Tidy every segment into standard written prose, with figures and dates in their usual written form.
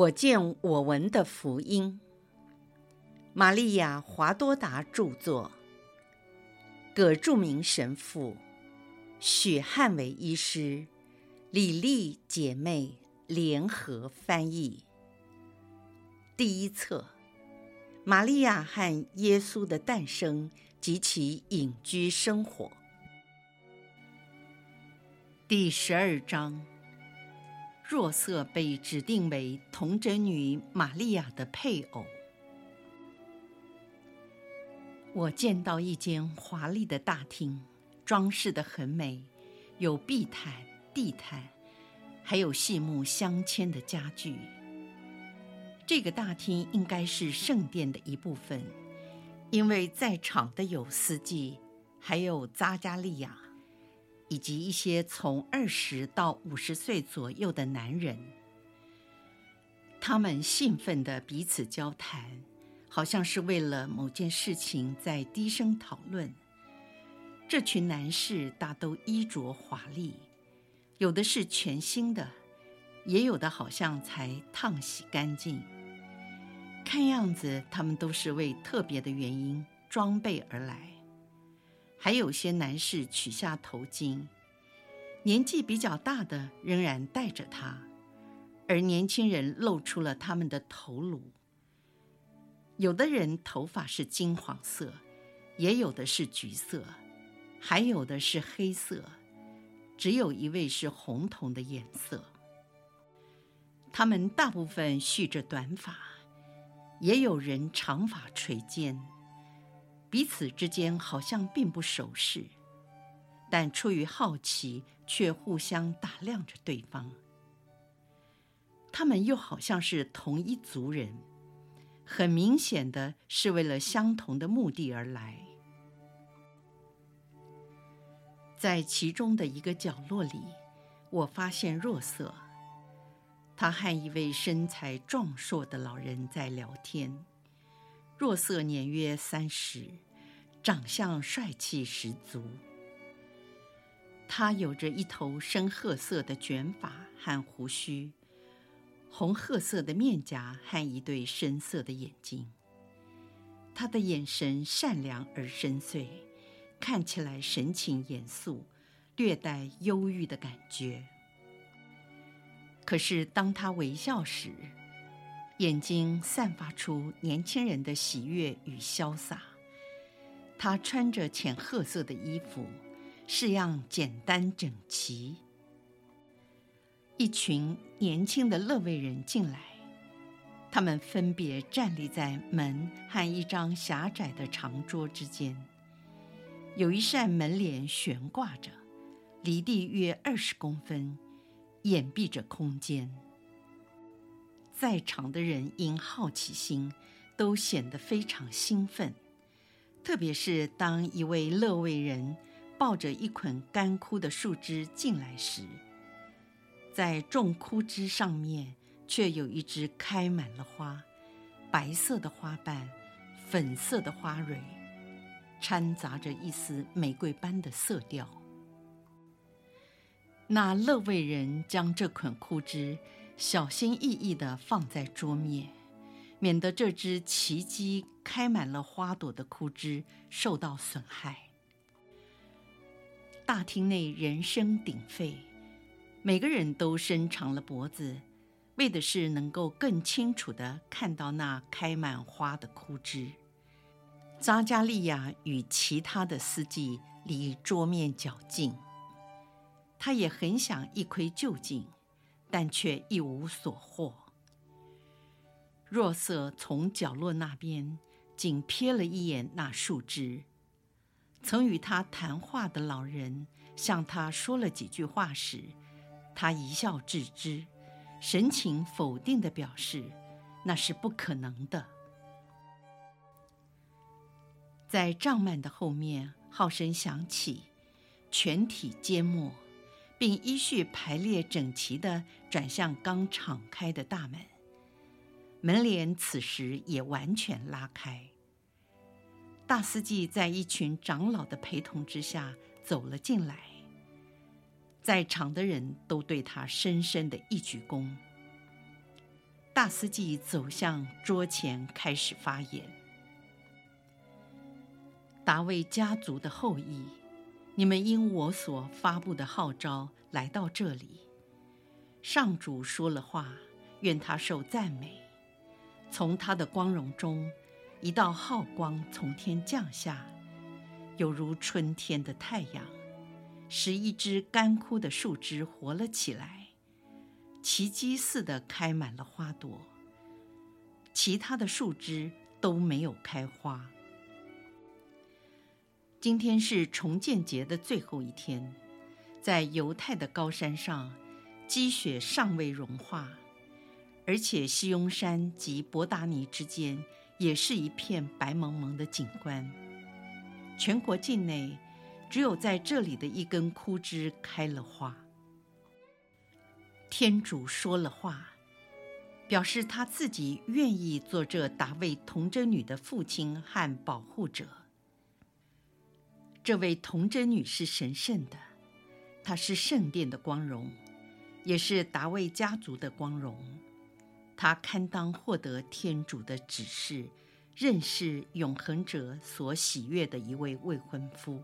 我见我闻的福音，玛利亚·华多达著作，葛著名神父，许汉伟医师，李丽姐妹联合翻译。第一册：玛利亚和耶稣的诞生及其隐居生活。第12章：若瑟被指定为童贞女玛利亚的配偶。我见到一间华丽的大厅，装饰得很美，有壁毯、地毯，还有细木镶嵌的家具。这个大厅应该是圣殿的一部分，因为在场的有司祭，还有匝加利亚，以及一些从20到50岁左右的男人。他们兴奋地彼此交谈，好像是为了某件事情在低声讨论。这群男士大都衣着华丽，有的是全新的，也有的好像才烫洗干净。看样子他们都是为特别的原因装备而来。还有些男士取下头巾，年纪比较大的仍然戴着它，而年轻人露出了他们的头颅。有的人头发是金黄色，也有的是橘色，还有的是黑色，只有一位是红铜的颜色。他们大部分蓄着短发，也有人长发垂肩，彼此之间好像并不熟识，但出于好奇却互相打量着对方。他们又好像是同一族人，很明显的是为了相同的目的而来。在其中的一个角落里，我发现若瑟，他和一位身材壮硕的老人在聊天。若瑟年约30，长相帅气十足。他有着一头深褐色的卷发和胡须，红褐色的面颊和一对深色的眼睛。他的眼神善良而深邃，看起来神情严肃，略带忧郁的感觉。可是当他微笑时，眼睛散发出年轻人的喜悦与潇洒。他穿着浅褐色的衣服，式样简单整齐。一群年轻的勒卫人进来，他们分别站立在门和一张狭窄的长桌之间。有一扇门帘悬挂着，离地约20公分，掩蔽着空间。在场的人因好奇心都显得非常兴奋，特别是当一位勒卫人抱着一捆干枯的树枝进来时，在众枯枝上面却有一枝开满了花，白色的花瓣，粉色的花蕊，掺杂着一丝玫瑰般的色调。那勒卫人将这捆枯枝小心翼翼地放在桌面，免得这枝奇迹开满了花朵的枯枝受到损害。大厅内人声鼎沸，每个人都伸长了脖子，为的是能够更清楚地看到那开满花的枯枝。匝加利亚与其他的司祭离桌面较近，他也很想一窥究竟，但却一无所获。若瑟从角落那边仅瞥了一眼那树枝，曾与他谈话的老人向他说了几句话时，他一笑置之，神情否定地表示那是不可能的。在帐幔的后面，号声响起，全体缄默，并依序排列整齐地转向刚敞开的大门。门帘此时也完全拉开。大司祭在一群长老的陪同之下走了进来，在场的人都对他深深地一鞠躬。 大司祭走向桌前，开始发言：达味家族的后裔，你们因我所发布的号召来到这里。上主说了话，愿他受赞美。从他的光荣中，一道浩光从天降下，犹如春天的太阳，使一枝干枯的树枝活了起来，奇迹似的开满了花朵。其他的树枝都没有开花。今天是重建节的最后一天，在犹太的高山上，积雪尚未融化，而且西雍山及伯达尼之间也是一片白蒙蒙的景观。全国境内，只有在这里的一根枯枝开了花。天主说了话，表示他自己愿意做这达味童贞女的父亲和保护者。这位童贞女是神圣的，她是圣殿的光荣，也是达味家族的光荣。她堪当获得天主的指示，认识永恒者所喜悦的一位未婚夫。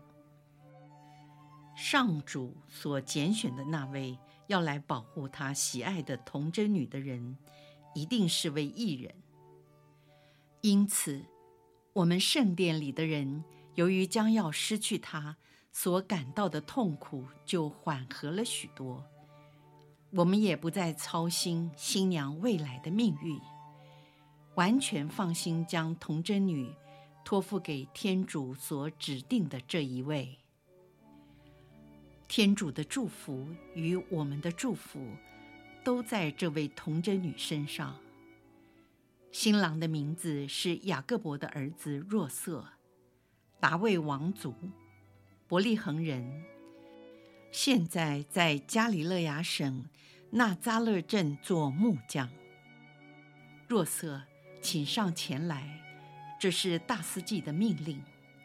上主所拣选的那位要来保护他喜爱的童贞女的人，一定是位义人。因此，我们圣殿里的人由于将要失去他，所感到的痛苦就缓和了许多。我们也不再操心新娘未来的命运，完全放心将童贞女托付给天主所指定的这一位。天主的祝福与我们的祝福都在这位童贞女身上。新郎的名字是雅各伯的儿子若瑟，达味王族，伯利恒人，现在在加里肋亚省纳扎勒镇做木匠。若瑟，请上前来，这是大司祭的命令。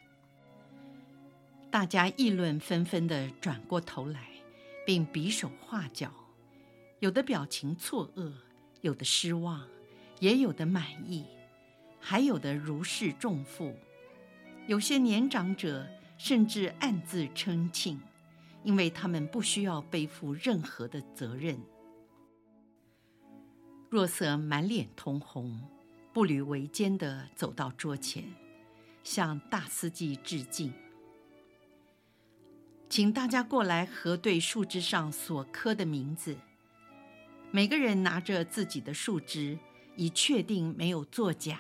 大家议论纷纷地转过头来，并比手画脚，有的表情错愕，有的失望，也有的满意，还有的如释重负。有些年长者甚至暗自称庆，因为他们不需要背负任何的责任。若瑟满脸通红，步履维艰地走到桌前，向大司祭致敬。请大家过来核对树枝上所刻的名字。每个人拿着自己的树枝，以确定没有作假。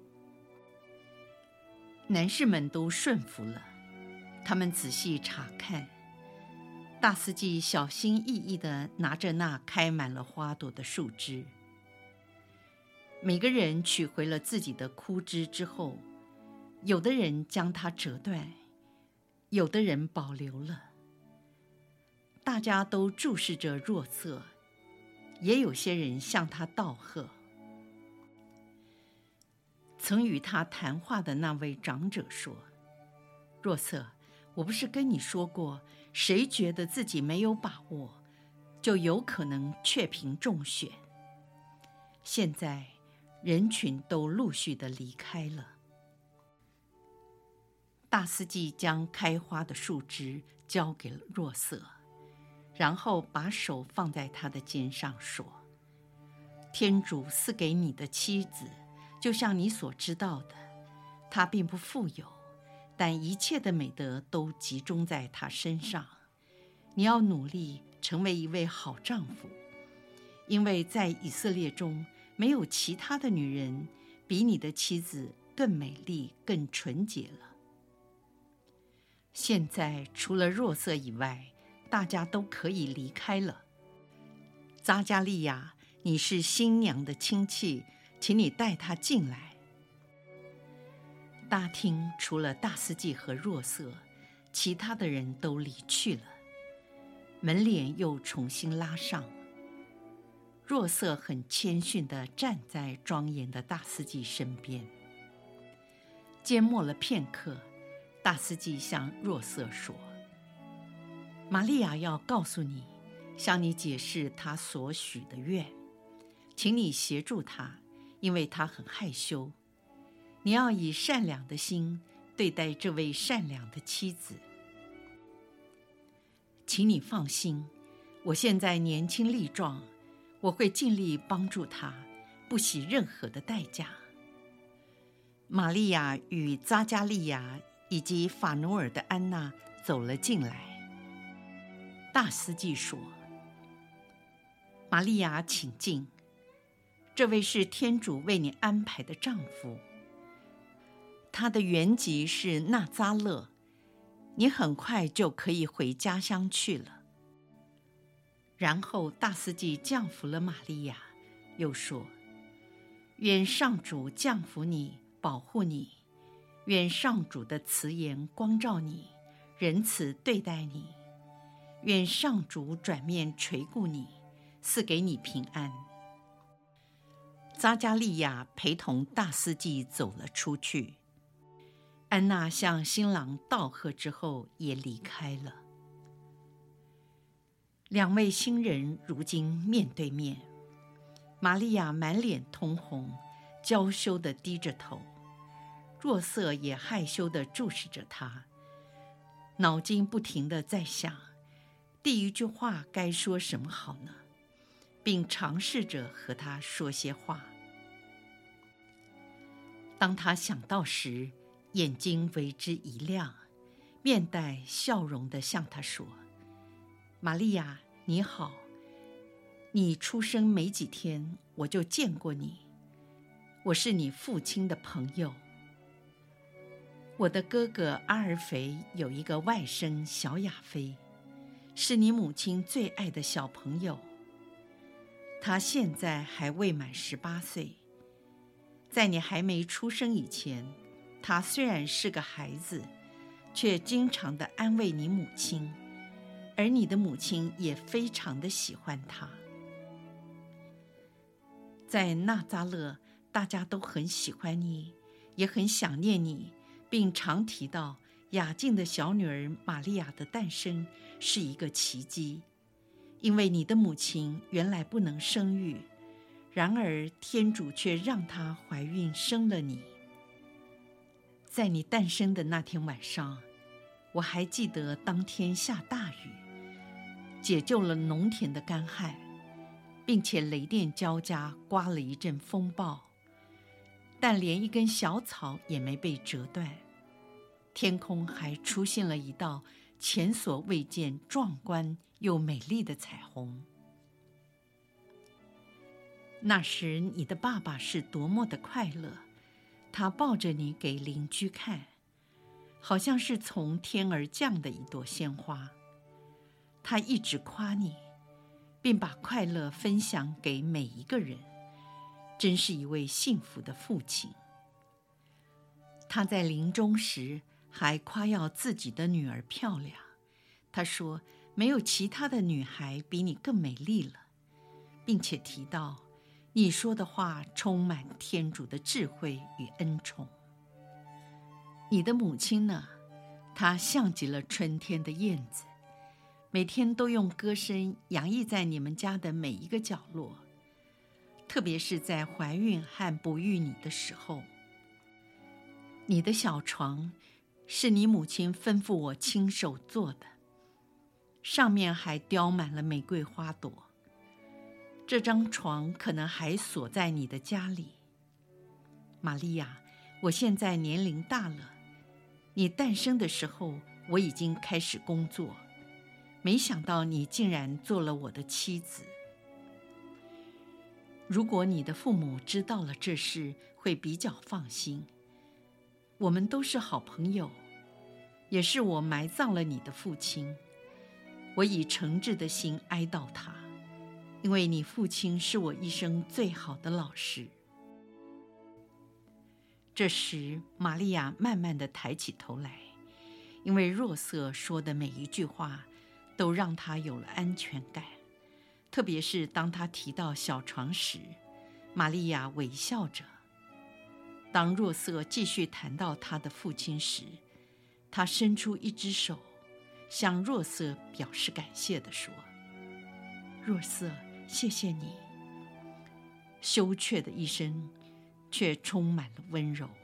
男士们都顺服了，他们仔细查看。大司祭小心翼翼地拿着那开满了花朵的树枝。每个人取回了自己的枯枝之后，有的人将它折断，有的人保留了。大家都注视着若瑟，也有些人向他道贺。曾与他谈话的那位长者说：若瑟，我不是跟你说过，谁觉得自己没有把握，就有可能确凭中选。现在人群都陆续地离开了。大司祭将开花的树枝交给了若瑟，然后把手放在他的肩上说：天主赐给你的妻子，就像你所知道的，她并不富有，但一切的美德都集中在她身上。你要努力成为一位好丈夫，因为在以色列中没有其他的女人比你的妻子更美丽、更纯洁了。现在除了若瑟以外，大家都可以离开了。扎加利亚，你是新娘的亲戚，请你带她进来。大厅除了大司祭和若瑟，其他的人都离去了。门帘又重新拉上。若瑟很谦逊地站在庄严的大司祭身边。缄默了片刻，大司祭向若瑟说：玛利亚要告诉你，向你解释她所许的愿。 请你协助他，因为他很害羞。你要以善良的心对待这位善良的妻子。请你放心，我现在年轻力壮，我会尽力帮助他，不惜任何的代价。玛利亚与扎加利亚以及法努尔的安娜走了进来。大司祭说：玛利亚，请进，这位是天主为你安排的丈夫，他的原籍是纳匝勒，你很快就可以回家乡去了。然后大司祭降服了玛利亚，又说：愿上主降服你，保护你，愿上主的慈颜光照你，仁慈对待你，愿上主转面垂顾你，赐给你平安。扎加利亚陪同大司祭走了出去，安娜向新郎道贺之后也离开了。两位新人如今面对面，玛利亚满脸通红，娇羞地低着头，若瑟也害羞地注视着她，脑筋不停地在想第一句话该说什么好呢，并尝试着和他说些话。当他想到时，眼睛为之一亮，面带笑容地向他说：玛利亚，你好，你出生没几天，我就见过你，我是你父亲的朋友。我的哥哥阿尔斐有一个外甥小亚菲，是你母亲最爱的小朋友，他现在还未满18岁。在你还没出生以前，他虽然是个孩子，却经常地安慰你母亲，而你的母亲也非常地喜欢他。在纳匝勒，大家都很喜欢你，也很想念你，并常提到雅静的小女儿玛利亚的诞生是一个奇迹，因为你的母亲原来不能生育，然而天主却让她怀孕生了你。在你诞生的那天晚上，我还记得当天下大雨，解救了农田的干旱，并且雷电交加，刮了一阵风暴，但连一根小草也没被折断，天空还出现了一道前所未见壮观又美丽的彩虹。那时你的爸爸是多么的快乐，他抱着你给邻居看，好像是从天而降的一朵鲜花。他一直夸你，并把快乐分享给每一个人，真是一位幸福的父亲。他在临终时还夸耀自己的女儿漂亮，他说没有其他的女孩比你更美丽了，并且提到你说的话充满天主的智慧与恩宠。你的母亲呢？她像极了春天的燕子，每天都用歌声洋溢在你们家的每一个角落，特别是在怀孕和哺育你的时候。你的小床是你母亲吩咐我亲手做的，上面还雕满了玫瑰花朵。这张床可能还锁在你的家里。玛利亚，我现在年龄大了，你诞生的时候我已经开始工作，没想到你竟然做了我的妻子。如果你的父母知道了这事，会比较放心。我们都是好朋友，也是我埋葬了你的父亲，我以诚挚的心哀悼他，因为你父亲是我一生最好的老师。这时玛利亚慢慢地抬起头来，因为若瑟说的每一句话都让她有了安全感，特别是当她提到小床时，玛利亚微笑着。当若瑟继续谈到他的父亲时，他伸出一只手，向若瑟表示感谢地说：若瑟，谢谢你。 羞怯的一生却充满了温柔。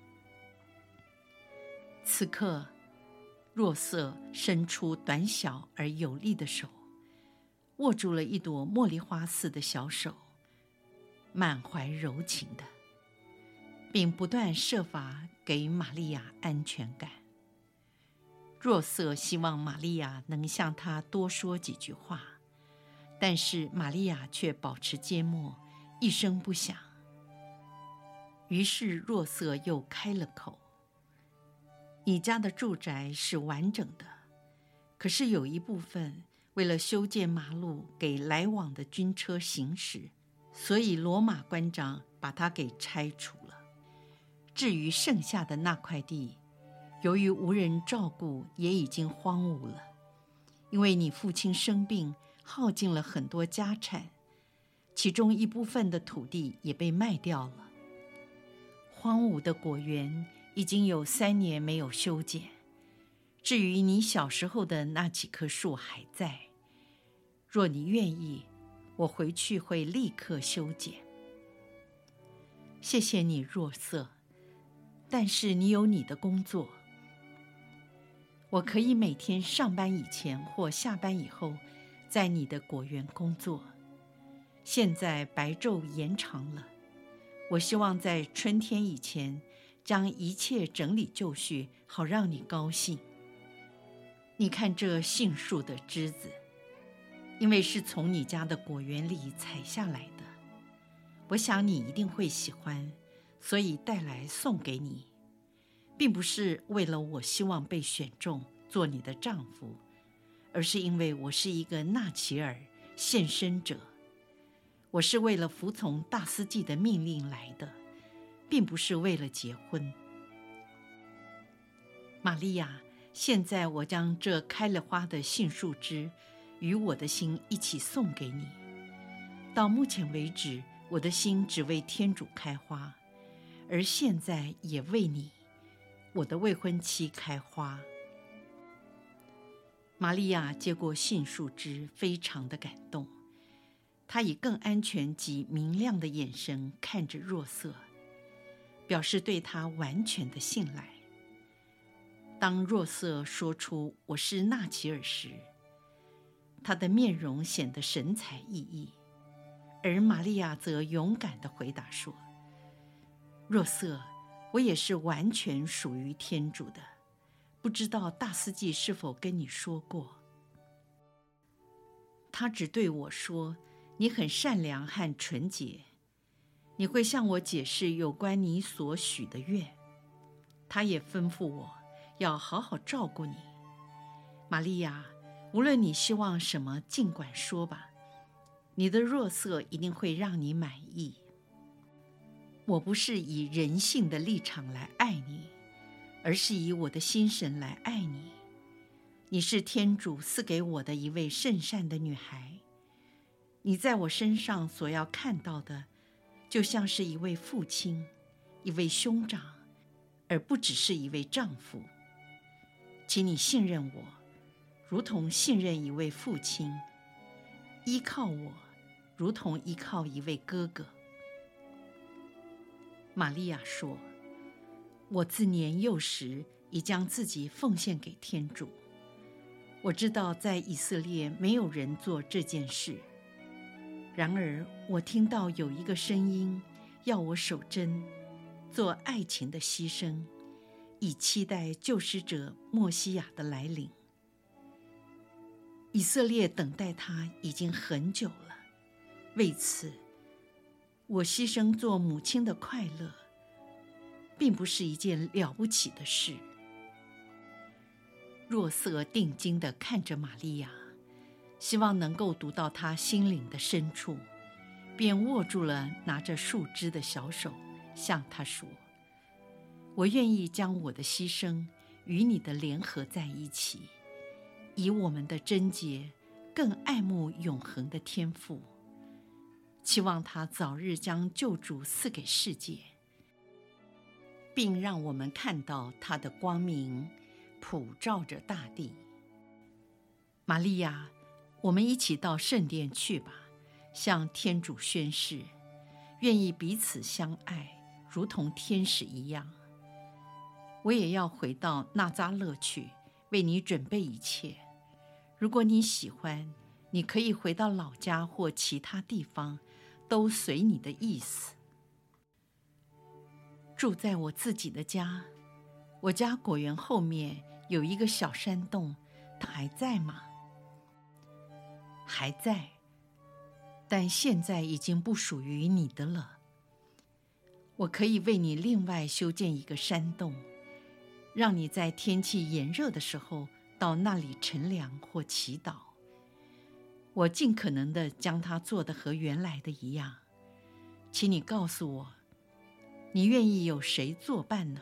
此刻，若瑟伸出短小而有力的手，握住了一朵茉莉花似的小手，满怀柔情的，并不断设法给玛利亚安全感。若瑟希望玛利亚能向他多说几句话，但是玛利亚却保持缄默，一声不响。于是若瑟又开了口：你家的住宅是完整的，可是有一部分为了修建马路给来往的军车行驶，所以罗马官长把它给拆除了。至于剩下的那块地，由于无人照顾，也已经荒芜了，因为你父亲生病，耗尽了很多家产，其中一部分的土地也被卖掉了。荒芜的果园已经有3年没有修剪，至于你小时候的那几棵树还在，若你愿意，我回去会立刻修剪。谢谢你，若瑟，但是你有你的工作。我可以每天上班以前或下班以后在你的果园工作。现在白昼延长了，我希望在春天以前将一切整理就绪，好让你高兴。你看这杏树的枝子，因为是从你家的果园里采下来的，我想你一定会喜欢，所以带来送给你，并不是为了我希望被选中做你的丈夫，而是因为我是一个纳齐尔献身者。我是为了服从大司祭的命令来的，并不是为了结婚。玛利亚，现在我将这开了花的杏树枝与我的心一起送给你。到目前为止，我的心只为天主开花，而现在也为你，我的未婚妻开花。玛利亚接过杏树枝，非常的感动。她以更安全及明亮的眼神看着若瑟，表示对他完全的信赖。当若瑟说出我是纳齐尔时，他的面容显得神采奕奕，而玛利亚则勇敢地回答说：若瑟，我也是完全属于天主的，不知道大司祭是否跟你说过。他只对我说，你很善良和纯洁，你会向我解释有关你所许的愿。他也吩咐我要好好照顾你。玛利亚，无论你希望什么，尽管说吧，你的若瑟一定会让你满意。我不是以人性的立场来爱你，而是以我的心神来爱你。你是天主赐给我的一位圣善的女孩，你在我身上所要看到的，就像是一位父亲，一位兄长，而不只是一位丈夫。请你信任我，如同信任一位父亲；依靠我，如同依靠一位哥哥。玛利亚说：我自年幼时已将自己奉献给天主。我知道在以色列没有人做这件事，然而我听到有一个声音要我守贞，做爱情的牺牲，以期待救世者默西亚的来临。以色列等待他已经很久了，为此我牺牲做母亲的快乐，并不是一件了不起的事。若瑟定睛地看着玛利亚，希望能够读到她心灵的深处，便握住了拿着树枝的小手，向她说：我愿意将我的牺牲与你的联合在一起，以我们的贞洁更爱慕永恒的天父，期望他早日将救主赐给世界，并让我们看到他的光明普照着大地。玛利亚，我们一起到圣殿去吧，向天主宣誓， 愿意彼此相爱，如同天使一样。我也要回到纳匝勒去，为你准备一切。如果你喜欢，你可以回到老家或其他地方，都随你的意思。住在我自己的家，我家果园后面有一个小山洞，它还在吗？还在，但现在已经不属于你的了。我可以为你另外修建一个山洞，让你在天气炎热的时候到那里乘凉或祈祷。我尽可能地将它做得和原来的一样。请你告诉我，你愿意有谁作伴呢？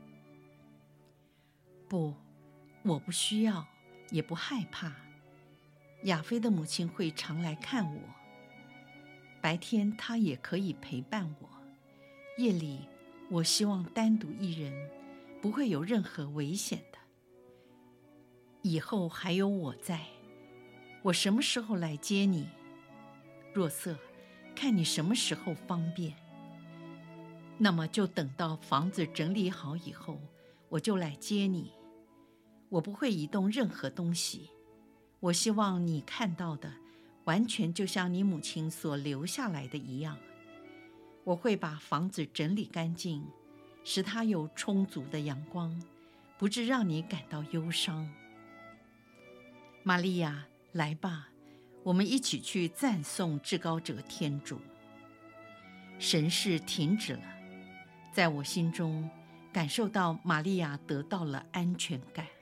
不，我不需要，也不害怕。亚菲的母亲会常来看我，白天她也可以陪伴我，夜里我希望单独一人，不会有任何危险的。以后还有我在，我什么时候来接你？若瑟，看你什么时候方便。那么就等到房子整理好以后，我就来接你。我不会移动任何东西。我希望你看到的完全就像你母亲所留下来的一样。我会把房子整理干净，使它有充足的阳光，不致让你感到忧伤。玛利亚，来吧，我们一起去赞颂至高者天主。神事停止了，在我心中感受到玛利亚得到了安全感。